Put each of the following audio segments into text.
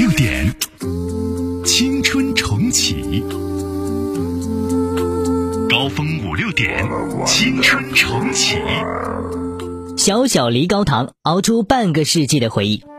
点，青春重启。高峰5、6点，青春重启。 小小梨膏糖熬出半个世纪的回忆。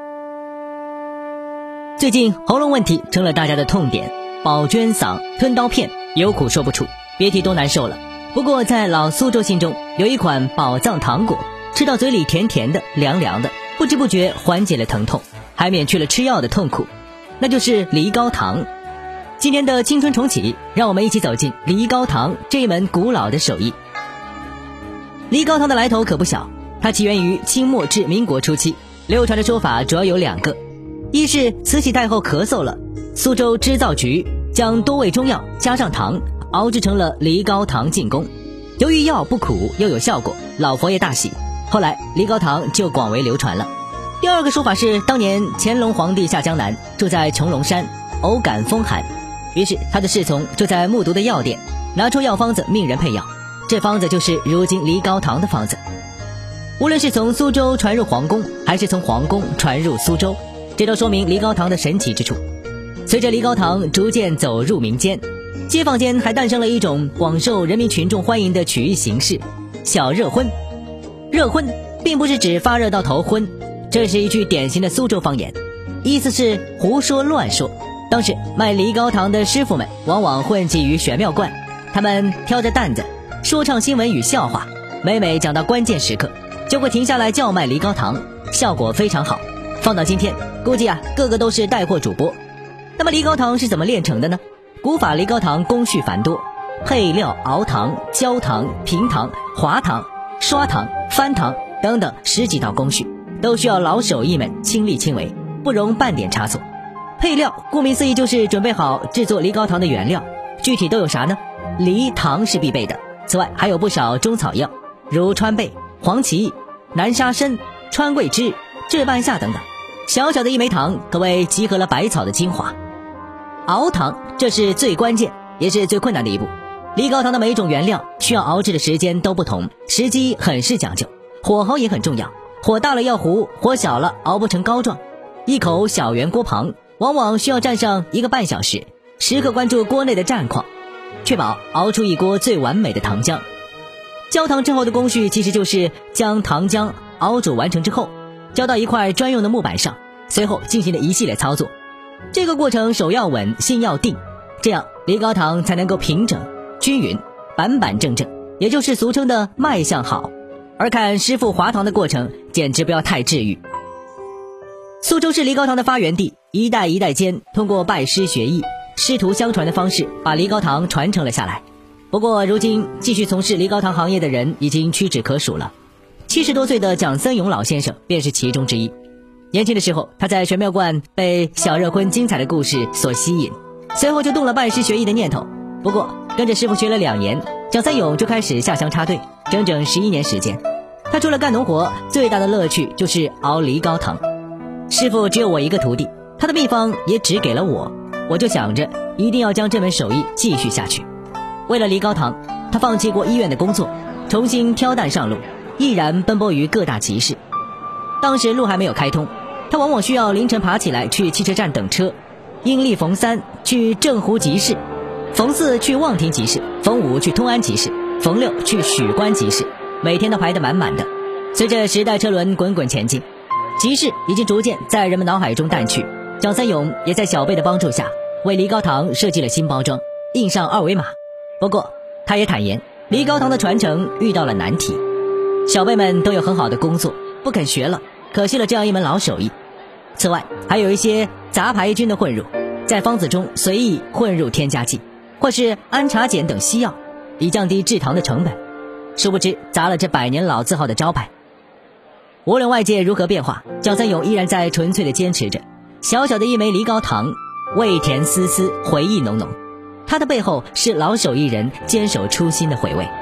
最近喉咙问题成了大家的痛点，宝娟嗓、吞刀片，有苦说不出，别提多难受了。不过在老苏州心中，有一款宝藏糖果，吃到嘴里甜甜的、凉凉的，不知不觉缓解了疼痛，还免去了吃药的痛苦，那就是梨膏糖。今年的青春重启，让我们一起走进梨膏糖这一门古老的手艺。梨膏糖的来头可不小，它起源于清末至民国初期，流传的说法主要有2个。一是慈禧太后咳嗽了，苏州织造局将多味中药加上糖，熬制成了梨膏糖进贡。由于药不苦又有效果，老佛爷大喜，后来梨膏糖就广为流传了。第2个说法是，当年乾隆皇帝下江南，住在穹窿山，偶感风寒，于是他的侍从就在木渎的药店拿出药方子命人配药，这方子就是如今梨膏糖的方子。无论是从苏州传入皇宫，还是从皇宫传入苏州，这都说明梨膏糖的神奇之处。随着梨膏糖逐渐走入民间，街坊间还诞生了一种广受人民群众欢迎的曲艺形式——小热荤。热荤并不是指发热到头昏，这是一句典型的苏州方言，意思是胡说乱说。当时卖梨膏糖的师傅们往往混迹于玄妙观，他们挑着担子说唱新闻与笑话，每每讲到关键时刻就会停下来叫卖梨膏糖，效果非常好。放到今天，估计个个都是带货主播。那么梨膏糖是怎么炼成的呢？古法梨膏糖工序繁多，配料熬糖、焦糖、平糖、滑糖、刷糖、翻糖等等10几道工序，都需要老手艺们亲力亲为，不容半点差错。配料顾名思义就是准备好制作梨膏糖的原料，具体都有啥呢？梨、糖是必备的，此外还有不少中草药，如川贝、黄芪、南沙参、川桂枝、浙半夏等等。小小的一枚糖可谓集合了百草的精华。熬糖，这是最关键也是最困难的一步。梨膏糖的每一种原料需要熬制的时间都不同，时机很是讲究，火候也很重要，火大了要糊，火小了熬不成膏状。一口小圆锅旁往往需要站上1个半小时，时刻关注锅内的战况，确保熬出一锅最完美的糖浆。焦糖之后的工序其实就是将糖浆熬煮完成之后，浇到一块专用的木板上，随后进行了一系列操作。这个过程手要稳，心要定，这样梨膏糖才能够平整、均匀、板板正正，也就是俗称的卖相好。而看师傅滑糖的过程，简直不要太治愈。苏州是梨膏糖的发源地，一代一代间通过拜师学艺、师徒相传的方式，把梨膏糖传承了下来。不过如今继续从事梨膏糖行业的人已经屈指可数了。70多岁的蒋森勇老先生便是其中之一。年轻的时候，他在玄妙观被小热荤精彩的故事所吸引，随后就动了拜师学艺的念头。不过跟着师傅学了2年，蒋森勇就开始下乡插队，整整11年时间。他除了干农活，最大的乐趣就是熬梨膏糖。师傅只有我一个徒弟，他的秘方也只给了我就想着一定要将这门手艺继续下去。为了梨膏糖，他放弃过医院的工作，重新挑担上路，毅然奔波于各大集市。当时路还没有开通，他往往需要凌晨爬起来去汽车站等车，阴历逢3去正湖集市，逢4去望亭集市，逢5去通安集市，逢6去许关集市，每天都排得满满的。随着时代车轮滚滚前进，集市已经逐渐在人们脑海中淡去。蒋森勇也在小辈的帮助下，为梨膏糖设计了新包装，印上2维码。不过他也坦言，梨膏糖的传承遇到了难题，小辈们都有很好的工作，不肯学了，可惜了这样一门老手艺。此外还有一些杂牌菌的混入，在方子中随意混入添加剂，或是氨茶碱等西药，以降低制糖的成本，殊不知砸了这100年老字号的招牌。无论外界如何变化，蒋森勇依然在纯粹的坚持着。小小的一枚梨膏糖，味甜丝丝，回忆浓浓，它的背后是老手艺人坚守初心的回味。